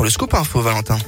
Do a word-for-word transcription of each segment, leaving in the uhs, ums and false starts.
le Scoop Info, Valentin.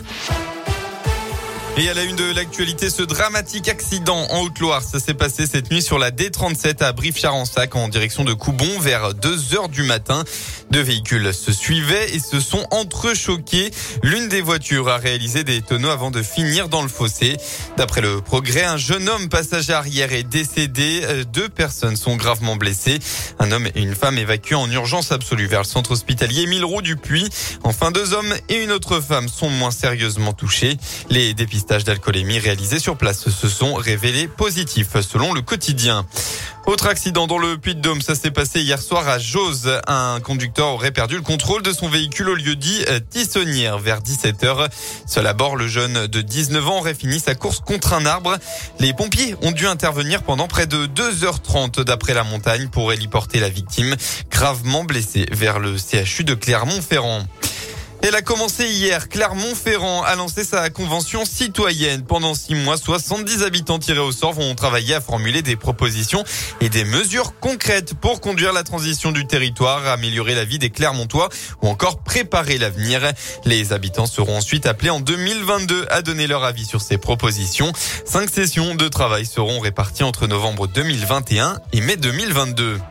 Et à la une de l'actualité, ce dramatique accident en Haute-Loire. Ça s'est passé cette nuit sur la D trente-sept à Brive-Charensac en direction de Coubon vers deux heures du matin. Deux véhicules se suivaient et se sont entrechoqués. L'une des voitures a réalisé des tonneaux avant de finir dans le fossé. D'après le Progrès, un jeune homme passager arrière est décédé. Deux personnes sont gravement blessées. Un homme et une femme évacués en urgence absolue vers le centre hospitalier Émile Roux du Puy. Enfin, deux hommes et une autre femme sont moins sérieusement touchés. Les dépistages d'alcoolémie réalisés sur place se sont révélés positifs selon le quotidien. Autre accident dans le Puy-de-Dôme, ça s'est passé hier soir à Jose. Un conducteur aurait perdu le contrôle de son véhicule au lieu dit Tissonnière vers dix-sept heures. Seul à bord, le jeune de dix-neuf ans aurait fini sa course contre un arbre. Les pompiers ont dû intervenir pendant près de deux heures trente d'après la montagne pour héliporter la victime, gravement blessée, vers le C H U de Clermont-Ferrand. Elle a commencé hier. Clermont-Ferrand a lancé sa convention citoyenne. Pendant six mois, soixante-dix habitants tirés au sort vont travailler à formuler des propositions et des mesures concrètes pour conduire la transition du territoire, améliorer la vie des Clermontois ou encore préparer l'avenir. Les habitants seront ensuite appelés en deux mille vingt-deux à donner leur avis sur ces propositions. Cinq sessions de travail seront réparties entre novembre deux mille vingt et un et mai deux mille vingt-deux.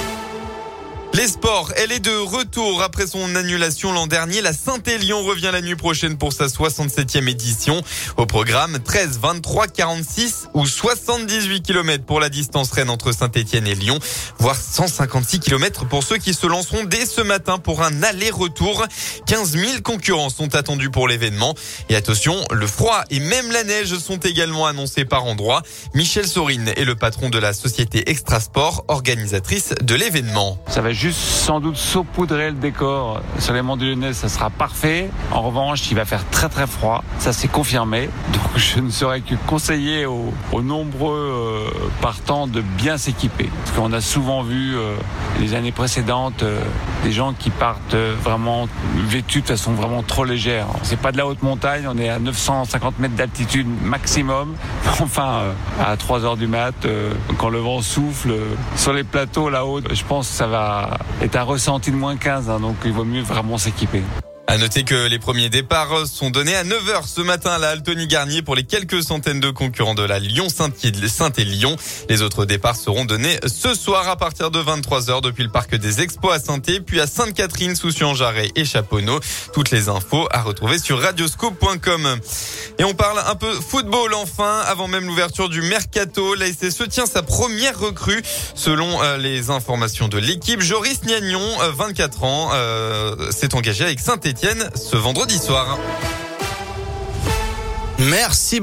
Les sports, elle est de retour après son annulation l'an dernier. La Saint-Élion revient la nuit prochaine pour sa soixante-septième édition. Au programme, treize, vingt-trois, quarante-six ou soixante-dix-huit kilomètres pour la distance Rennes entre Saint-Étienne et Lyon, voire cent cinquante-six kilomètres pour ceux qui se lanceront dès ce matin pour un aller-retour. quinze mille concurrents sont attendus pour l'événement. Et attention, le froid et même la neige sont également annoncés par endroits. Michel Sorine est le patron de la société Extrasport, organisatrice de l'événement. Ça va juste sans doute saupoudrer le décor. Sur les Monts du Lyonnais, ça sera parfait. En revanche, il va faire très très froid. Ça c'est confirmé. Donc je ne saurais que conseiller aux, aux nombreux euh, partants de bien s'équiper. Parce qu'on a souvent vu euh, les années précédentes euh, des gens qui partent euh, vraiment vêtus de façon vraiment trop légère. C'est pas de la haute montagne, on est à neuf cent cinquante mètres d'altitude maximum. Enfin, euh, à trois heures du mat, euh, quand le vent souffle euh, sur les plateaux là-haut, je pense que ça va est un ressenti de moins quinze, hein, donc il vaut mieux vraiment s'équiper. À noter que les premiers départs sont donnés à neuf heures ce matin à la Altony-Garnier pour les quelques centaines de concurrents de la Lyon-Saint-Élion. Les autres départs seront donnés ce soir à partir de vingt-trois heures depuis le parc des Expos à Saint-Étienne, puis à Sainte-Catherine, Soucy-en-Jarret et Chaponneau. Toutes les infos à retrouver sur radioscoop point com. Et on parle un peu football enfin, avant même l'ouverture du mercato. L'A S S E tient sa première recrue selon euh, les informations de l'équipe. Joris Gnagnon, euh, vingt-quatre ans, euh, s'est engagé avec Saint-Étienne ce vendredi soir. Merci.